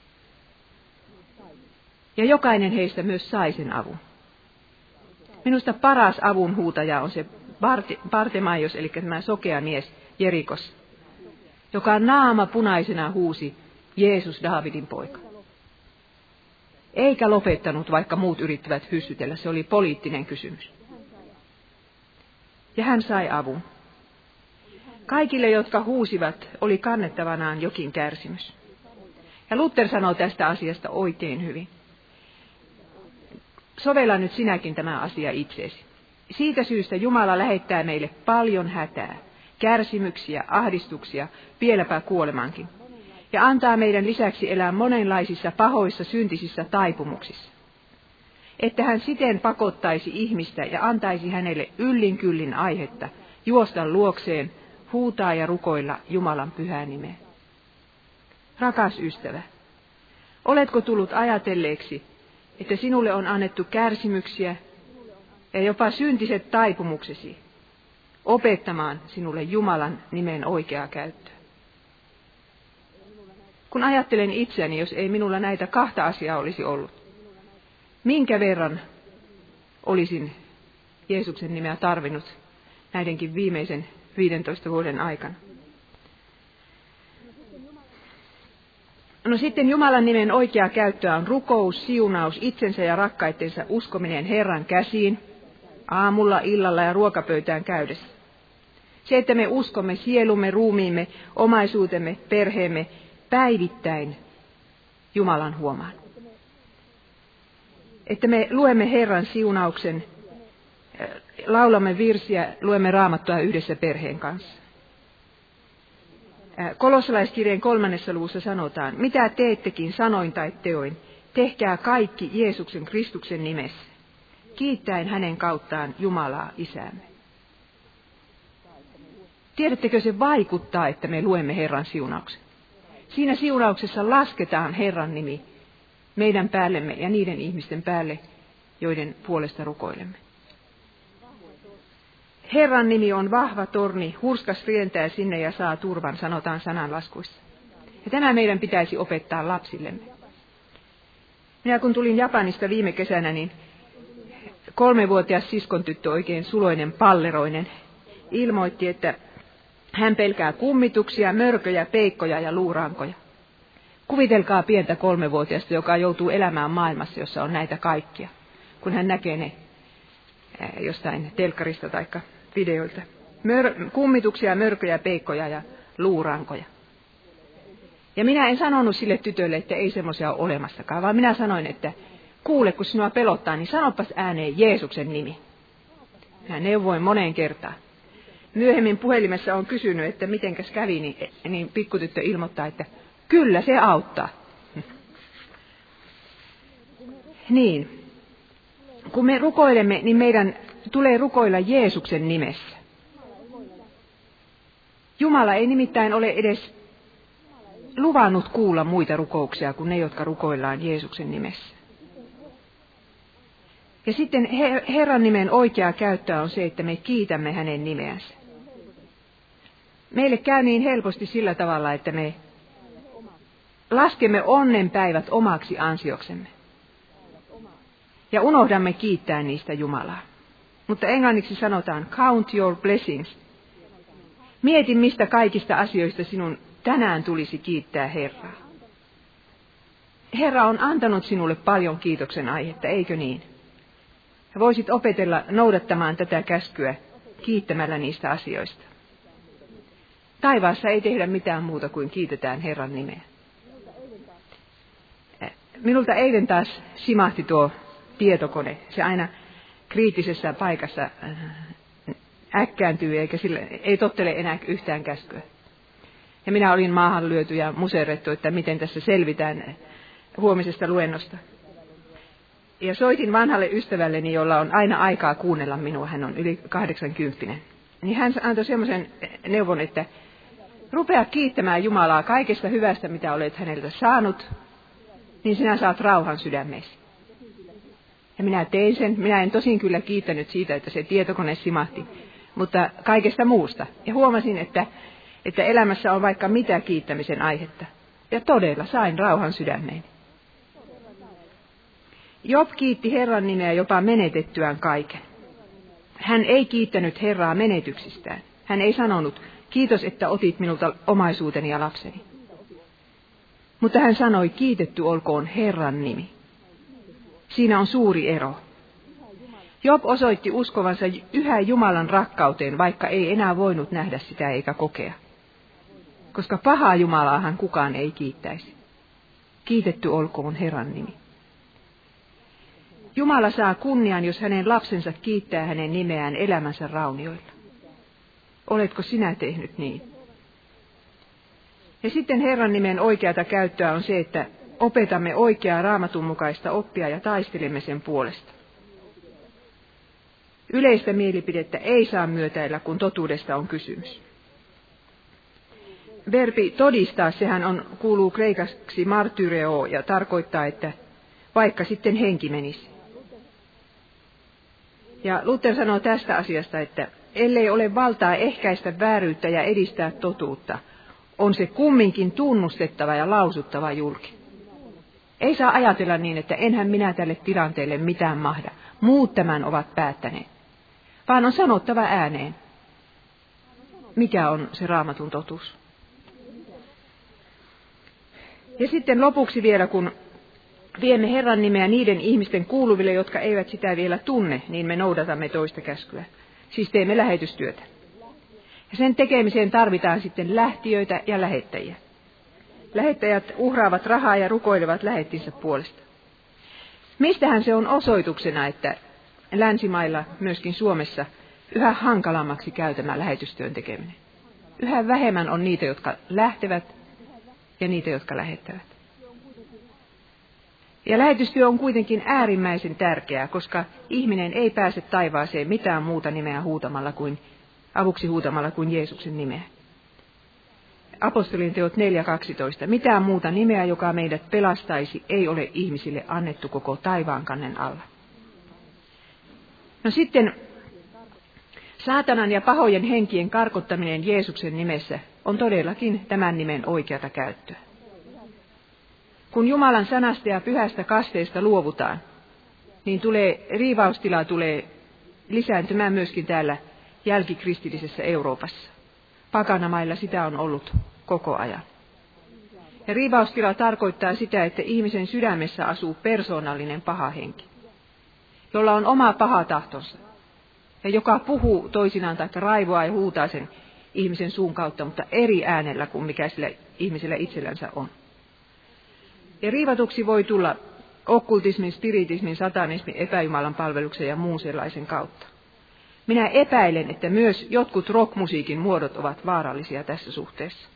Ja jokainen heistä myös sai sen avun. Minusta paras avun huutaja on se Bartemaios, eli tämä sokea mies Jerikossa, joka naama punaisena huusi, Jeesus, Daavidin poika. Eikä lopettanut, vaikka muut yrittivät hyssytellä. Se oli poliittinen kysymys. Ja hän sai avun. Kaikille, jotka huusivat, oli kannettavanaan jokin kärsimys. Ja Luther sanoo tästä asiasta oikein hyvin. Sovella nyt sinäkin tämä asia itseesi. Siitä syystä Jumala lähettää meille paljon hätää, kärsimyksiä, ahdistuksia, vieläpä kuolemankin. Ja antaa meidän lisäksi elää monenlaisissa pahoissa syntisissä taipumuksissa. Että hän siten pakottaisi ihmistä ja antaisi hänelle yllin kyllin aihetta juosta luokseen, huutaa ja rukoilla Jumalan pyhää nimeä. Rakas ystävä, oletko tullut ajatelleeksi, että sinulle on annettu kärsimyksiä ja jopa syntiset taipumuksesi opettamaan sinulle Jumalan nimen oikeaa käyttöä? Kun ajattelen itseäni, jos ei minulla näitä kahta asiaa olisi ollut, minkä verran olisin Jeesuksen nimeä tarvinnut näidenkin viimeisen 15 vuoden aikana? No sitten Jumalan nimen oikea käyttöä on rukous, siunaus, itsensä ja rakkaittensa uskominen Herran käsiin, aamulla, illalla ja ruokapöytään käydessä. Se, että me uskomme sielumme, ruumiimme, omaisuutemme, perheemme päivittäin Jumalan huomaan. Että me luemme Herran siunauksen, laulamme virsiä, luemme Raamattua yhdessä perheen kanssa. Kolossalaiskirjeen 3. luvussa sanotaan, mitä teettekin sanoin tai teoin, tehkää kaikki Jeesuksen Kristuksen nimessä, kiittäen hänen kauttaan Jumalaa Isäämme. Tiedättekö, se vaikuttaa, että me luemme Herran siunauksen. Siinä siunauksessa lasketaan Herran nimi meidän päällemme ja niiden ihmisten päälle, joiden puolesta rukoilemme. Herran nimi on vahva torni, hurskas rientää sinne ja saa turvan, sanotaan sananlaskuissa. Ja tämä meidän pitäisi opettaa lapsillemme. Minä kun tulin Japanista viime kesänä, niin 3-vuotias siskontyttö, oikein suloinen palleroinen, ilmoitti, että hän pelkää kummituksia, mörköjä, peikkoja ja luurankoja. Kuvitelkaa pientä 3-vuotiasta, joka joutuu elämään maailmassa, jossa on näitä kaikkia, kun hän näkee ne jostain telkkarista tai videoilta. Kummituksia, mörköjä, peikkoja ja luurankoja. Ja minä en sanonut sille tytölle, että ei semmoisia ole olemassakaan, vaan minä sanoin, että kuule, kun sinua pelottaa, niin sanopas ääneen Jeesuksen nimi. Minä neuvoin moneen kertaan. Myöhemmin puhelimessa on kysynyt, että mitenkäs kävi, niin pikkutyttö ilmoittaa, että kyllä se auttaa. Niin. Kun me rukoilemme, niin meidän tulee rukoilla Jeesuksen nimessä. Jumala ei nimittäin ole edes luvannut kuulla muita rukouksia kuin ne, jotka rukoillaan Jeesuksen nimessä. Ja sitten Herran nimen oikea käyttö on se, että me kiitämme hänen nimeänsä. Meille käy niin helposti sillä tavalla, että me laskemme onnenpäivät omaksi ansioksemme. Ja unohdamme kiittää niistä Jumalaa. Mutta englanniksi sanotaan count your blessings. Mieti, mistä kaikista asioista sinun tänään tulisi kiittää Herraa. Herra on antanut sinulle paljon kiitoksen aihetta, eikö niin? Ja voisit opetella noudattamaan tätä käskyä kiittämällä niistä asioista. Taivaassa ei tehdä mitään muuta kuin kiitetään Herran nimeä. Minulta eilen taas simahti tuo tietokone. Se aina kriittisessä paikassa äkkääntyy eikä ei tottele enää yhtään käskyä. Ja minä olin maahan lyöty ja muserrettu, että miten tässä selvitään huomisesta luennosta. Ja soitin vanhalle ystävälleni, jolla on aina aikaa kuunnella minua, hän on yli 80. Niin hän antoi semmoisen neuvon, että rupea kiittämään Jumalaa kaikesta hyvästä, mitä olet häneltä saanut, niin sinä saat rauhan sydämeesi. Ja minä tein sen. Minä en tosin kyllä kiittänyt siitä, että se tietokone simahti, mutta kaikesta muusta. Ja huomasin, että elämässä on vaikka mitä kiittämisen aihetta. Ja todella sain rauhan sydämeeni. Job kiitti Herran nimeä jopa menetettyään kaiken. Hän ei kiittänyt Herraa menetyksistään. Hän ei sanonut, kiitos, että otit minulta omaisuuteni ja lapseni. Mutta hän sanoi, kiitetty olkoon Herran nimi. Siinä on suuri ero. Job osoitti uskovansa yhä Jumalan rakkauteen, vaikka ei enää voinut nähdä sitä eikä kokea. Koska pahaa Jumalaahan kukaan ei kiittäisi. Kiitetty olkoon Herran nimi. Jumala saa kunnian, jos hänen lapsensa kiittää hänen nimeään elämänsä raunioilla. Oletko sinä tehnyt niin? Ja sitten Herran nimen oikeata käyttöä on se, että opetamme oikeaa Raamatun mukaista oppia ja taistelemme sen puolesta. Yleistä mielipidettä ei saa myötäillä, kun totuudesta on kysymys. Verbi todistaa, sehän kuuluu kreikaksi martyreo ja tarkoittaa, että vaikka sitten henki menisi. Ja Luther sanoo tästä asiasta, että ellei ole valtaa ehkäistä vääryyttä ja edistää totuutta, on se kumminkin tunnustettava ja lausuttava julki. Ei saa ajatella niin, että enhän minä tälle tilanteelle mitään mahda. Muut tämän ovat päättäneet. Vaan on sanottava ääneen, mikä on se Raamatun totuus. Ja sitten lopuksi vielä, kun viemme Herran nimeä niiden ihmisten kuuluville, jotka eivät sitä vielä tunne, niin me noudatamme toista käskyä. Siis teemme lähetystyötä. Ja sen tekemiseen tarvitaan sitten lähtijöitä ja lähettäjiä. Lähettäjät uhraavat rahaa ja rukoilevat lähettinsä puolesta. Mistähän se on osoituksena, että länsimailla, myöskin Suomessa, yhä hankalammaksi käy tämä lähetystyön tekeminen. Yhä vähemmän on niitä, jotka lähtevät ja niitä, jotka lähettävät. Ja lähetystyö on kuitenkin äärimmäisen tärkeää, koska ihminen ei pääse taivaaseen mitään muuta nimeä avuksi huutamalla kuin Jeesuksen nimeä. Apostolien teot 4.12. Mitään muuta nimeä, joka meidät pelastaisi, ei ole ihmisille annettu koko taivaankannen alla. No sitten saatanan ja pahojen henkien karkottaminen Jeesuksen nimessä on todellakin tämän nimen oikeata käyttöä. Kun Jumalan sanasta ja pyhästä kasteesta luovutaan, niin riivaustila tulee lisääntymään myöskin täällä jälkikristillisessä Euroopassa. Pakanamailla sitä on ollut koko ajan. Ja riivaustila tarkoittaa sitä, että ihmisen sydämessä asuu persoonallinen paha henki, jolla on oma paha tahtonsa, ja joka puhuu toisinaan tai raivoaa ja huutaa sen ihmisen suun kautta, mutta eri äänellä kuin mikä sillä ihmisellä itsellänsä on. Ja riivatuksi voi tulla okkultismin, spiritismin, satanismin, epäjumalan palveluksen ja muun sellaisen kautta. Minä epäilen, että myös jotkut rockmusiikin muodot ovat vaarallisia tässä suhteessa.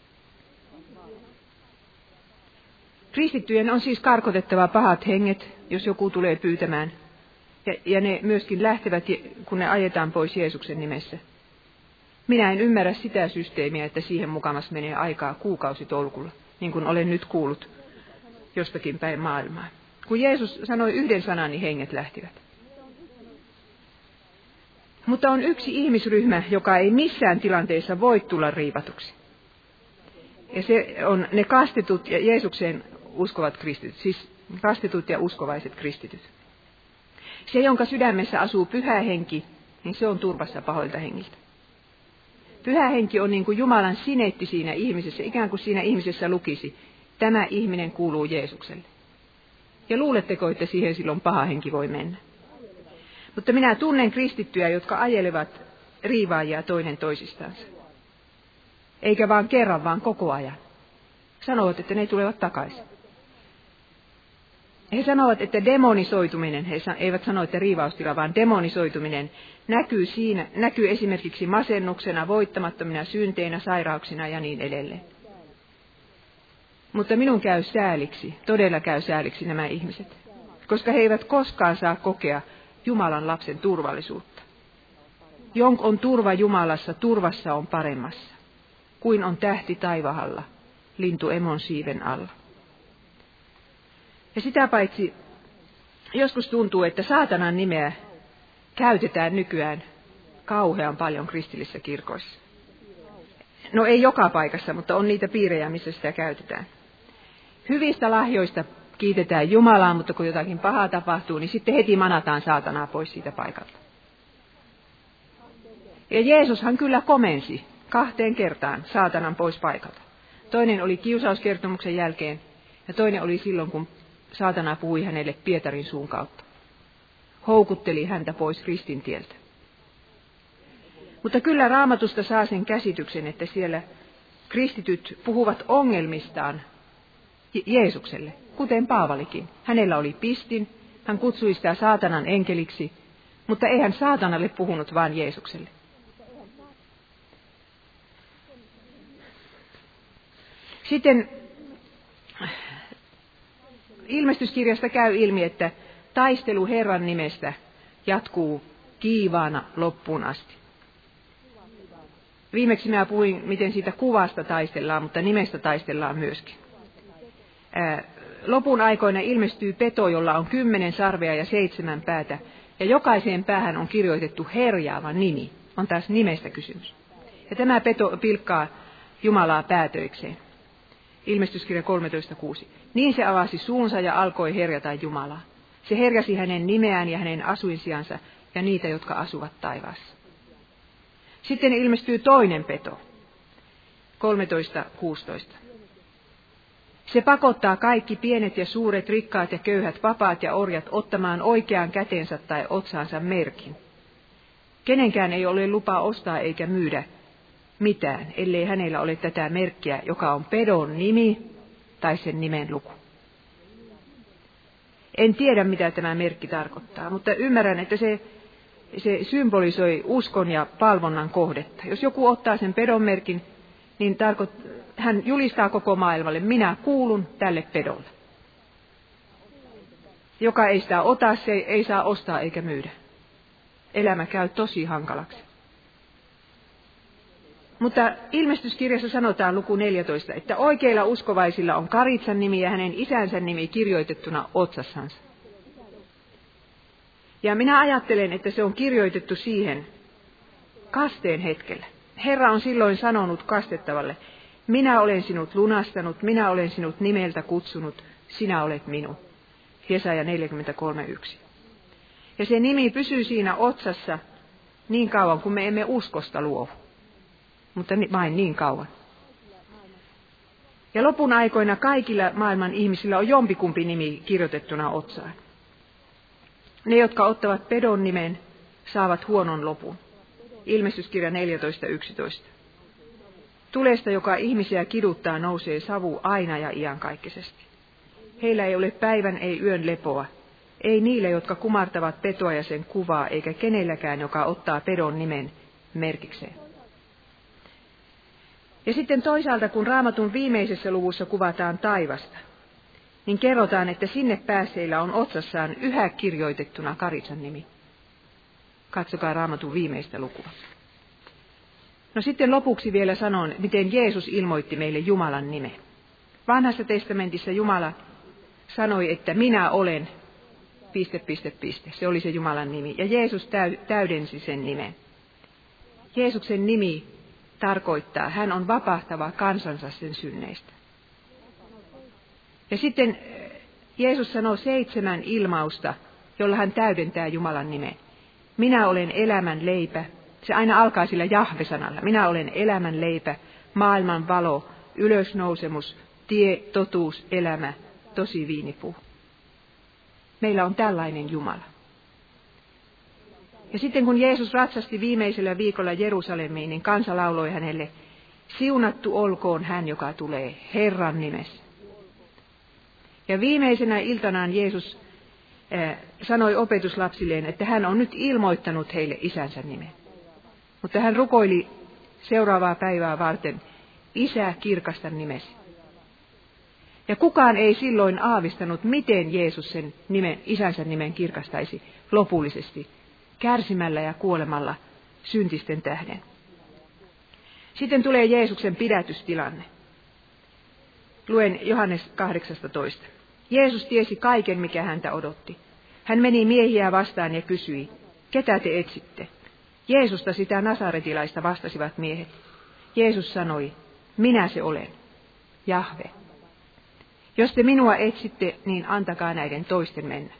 Kristittyjen on siis karkotettava pahat henget, jos joku tulee pyytämään. Ja ne myöskin lähtevät, kun ne ajetaan pois Jeesuksen nimessä. Minä en ymmärrä sitä systeemiä, että siihen mukamas menee aikaa kuukausitolkulla, niin kuin olen nyt kuullut jostakin päin maailmaa. Kun Jeesus sanoi yhden sanan, niin henget lähtivät. Mutta on yksi ihmisryhmä, joka ei missään tilanteessa voi tulla riivatuksi. Ja se on ne kastetut ja Jeesukseen uskovat kristityt, siis kastetut ja uskovaiset kristityt. Se, jonka sydämessä asuu pyhä henki, niin se on turvassa pahoilta hengiltä. Pyhä henki on niin kuin Jumalan sinetti siinä ihmisessä, ikään kuin siinä ihmisessä lukisi, tämä ihminen kuuluu Jeesukselle. Ja luuletteko, että siihen silloin paha henki voi mennä? Mutta minä tunnen kristittyjä, jotka ajelevat riivaajia toinen toisistansa. Eikä vaan kerran, vaan koko ajan. Sanovat, että ne tulevat takaisin. He sanovat, että demonisoituminen, he eivät sano, että riivaustila, vaan demonisoituminen näkyy esimerkiksi masennuksena, voittamattomina synteinä, sairauksina ja niin edelleen. Mutta minun käy sääliksi, todella käy sääliksi nämä ihmiset, koska he eivät koskaan saa kokea Jumalan lapsen turvallisuutta. Jonk on turva Jumalassa, turvassa on paremmassa, kuin on tähti taivahalla, lintu emon siiven alla. Ja sitä paitsi joskus tuntuu, että saatanan nimeä käytetään nykyään kauhean paljon kristillisissä kirkoissa. No ei joka paikassa, mutta on niitä piirejä, missä sitä käytetään. Hyvistä lahjoista kiitetään Jumalaa, mutta kun jotakin pahaa tapahtuu, niin sitten heti manataan saatanaa pois siitä paikalta. Ja Jeesushan kyllä komensi 2 kertaan saatanan pois paikalta. Toinen oli kiusauskertomuksen jälkeen ja toinen oli silloin, kun saatana puhui hänelle Pietarin suun kautta. Houkutteli häntä pois Kristin tieltä. Mutta kyllä Raamatusta saa sen käsityksen, että siellä kristityt puhuvat ongelmistaan Jeesukselle, kuten Paavalikin. Hänellä oli pistin, hän kutsui sitä saatanan enkeliksi, mutta ei hän saatanalle puhunut, vaan Jeesukselle. Sitten ilmestyskirjasta käy ilmi, että taistelu Herran nimestä jatkuu kiivaana loppuun asti. Viimeksi minä puhuin, miten siitä kuvasta taistellaan, mutta nimestä taistellaan myöskin. Lopun aikoina ilmestyy peto, jolla on 10 sarvea ja 7 päätä, ja jokaiseen päähän on kirjoitettu herjaava nimi. On taas nimestä kysymys. Ja tämä peto pilkkaa Jumalaa päätöikseen. Ilmestyskirja 13.6. Niin se avasi suunsa ja alkoi herjata Jumalaa. Se herjasi hänen nimeään ja hänen asuinsiansa ja niitä, jotka asuvat taivaassa. Sitten ilmestyy toinen peto. 13.16. Se pakottaa kaikki pienet ja suuret, rikkaat ja köyhät, vapaat ja orjat ottamaan oikean kätensä tai otsaansa merkin. Kenenkään ei ole lupa ostaa eikä myydä mitään, ellei hänellä ole tätä merkkiä, joka on pedon nimi tai sen nimen luku. En tiedä, mitä tämä merkki tarkoittaa, mutta ymmärrän, että se symbolisoi uskon ja palvonnan kohdetta. Jos joku ottaa sen pedon merkin, niin hän julistaa koko maailmalle, minä kuulun tälle pedolle. Joka ei sitä ota, se ei saa ostaa eikä myydä. Elämä käy tosi hankalaksi. Mutta ilmestyskirjassa sanotaan luku 14, että oikeilla uskovaisilla on Karitsan nimi ja hänen isänsä nimi kirjoitettuna otsassansa. Ja minä ajattelen, että se on kirjoitettu siihen kasteen hetkellä. Herra on silloin sanonut kastettavalle, minä olen sinut lunastanut, minä olen sinut nimeltä kutsunut, sinä olet minun. Jesaja 43.1. Ja se nimi pysyy siinä otsassa niin kauan, kun me emme uskosta luovu. Mutta vain niin kauan. Ja lopun aikoina kaikilla maailman ihmisillä on jompikumpi nimi kirjoitettuna otsaan. Ne, jotka ottavat pedon nimen, saavat huonon lopun. Ilmestyskirja 14.11. Tulesta, joka ihmisiä kiduttaa, nousee savu aina ja iankaikkisesti. Heillä ei ole päivän, ei yön lepoa. Ei niille, jotka kumartavat petoa ja sen kuvaa, eikä kenelläkään, joka ottaa pedon nimen merkikseen. Ja sitten toisaalta, kun Raamatun viimeisessä luvussa kuvataan taivasta, niin kerrotaan, että sinne päässeillä on otsassaan yhä kirjoitettuna Karitsan nimi. Katsokaa Raamatun viimeistä lukua. No sitten lopuksi vielä sanon, miten Jeesus ilmoitti meille Jumalan nimen. Vanhassa testamentissa Jumala sanoi, että minä olen, ... Se oli se Jumalan nimi. Ja Jeesus täydensi sen nimen. Jeesuksen nimi tarkoittaa, hän on vapahtava kansansa sen synneistä. Ja sitten Jeesus sanoo 7 ilmausta, jolla hän täydentää Jumalan nimen. Minä olen elämän leipä. Se aina alkaa sillä Jahve-sanalla. Minä olen elämän leipä, maailman valo, ylösnousemus, tie, totuus, elämä, tosi viinipuu. Meillä on tällainen Jumala. Ja sitten kun Jeesus ratsasti viimeisellä viikolla Jerusalemiin, niin kansa lauloi hänelle, siunattu olkoon hän, joka tulee Herran nimessä. Ja viimeisenä iltanaan Jeesus sanoi opetuslapsilleen, että hän on nyt ilmoittanut heille isänsä nimen. Mutta hän rukoili seuraavaa päivää varten, Isä, kirkasta nimesi. Ja kukaan ei silloin aavistanut, miten Jeesus sen isänsä nimen kirkastaisi lopullisesti, kärsimällä ja kuolemalla syntisten tähden. Sitten tulee Jeesuksen pidätystilanne. Luen Johannes 18. Jeesus tiesi kaiken, mikä häntä odotti. Hän meni miehiä vastaan ja kysyi, ketä te etsitte? Jeesusta, sitä nasaretilaista, vastasivat miehet. Jeesus sanoi, minä se olen, Jahve. Jos te minua etsitte, niin antakaa näiden toisten mennä.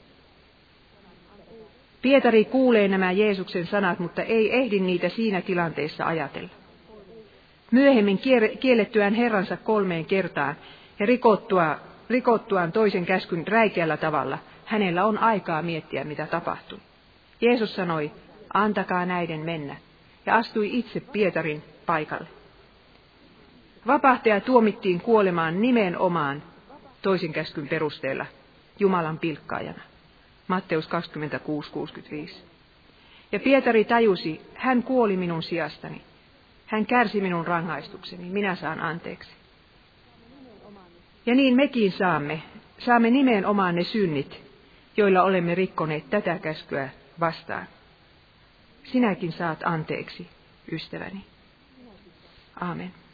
Pietari kuulee nämä Jeesuksen sanat, mutta ei ehdi niitä siinä tilanteessa ajatella. Myöhemmin kiellettyään Herransa 3 kertaan ja rikottuaan toisen käskyn räikeällä tavalla, hänellä on aikaa miettiä, mitä tapahtui. Jeesus sanoi, antakaa näiden mennä, ja astui itse Pietarin paikalle. Vapahtaja tuomittiin kuolemaan nimenomaan toisen käskyn perusteella Jumalan pilkkaajana. Matteus 26:65. Ja Pietari tajusi, hän kuoli minun sijastani. Hän kärsi minun rangaistukseni, minä saan anteeksi. Ja niin mekin saamme nimenomaan ne synnit, joilla olemme rikkoneet tätä käskyä vastaan. Sinäkin saat anteeksi, ystäväni. Aamen.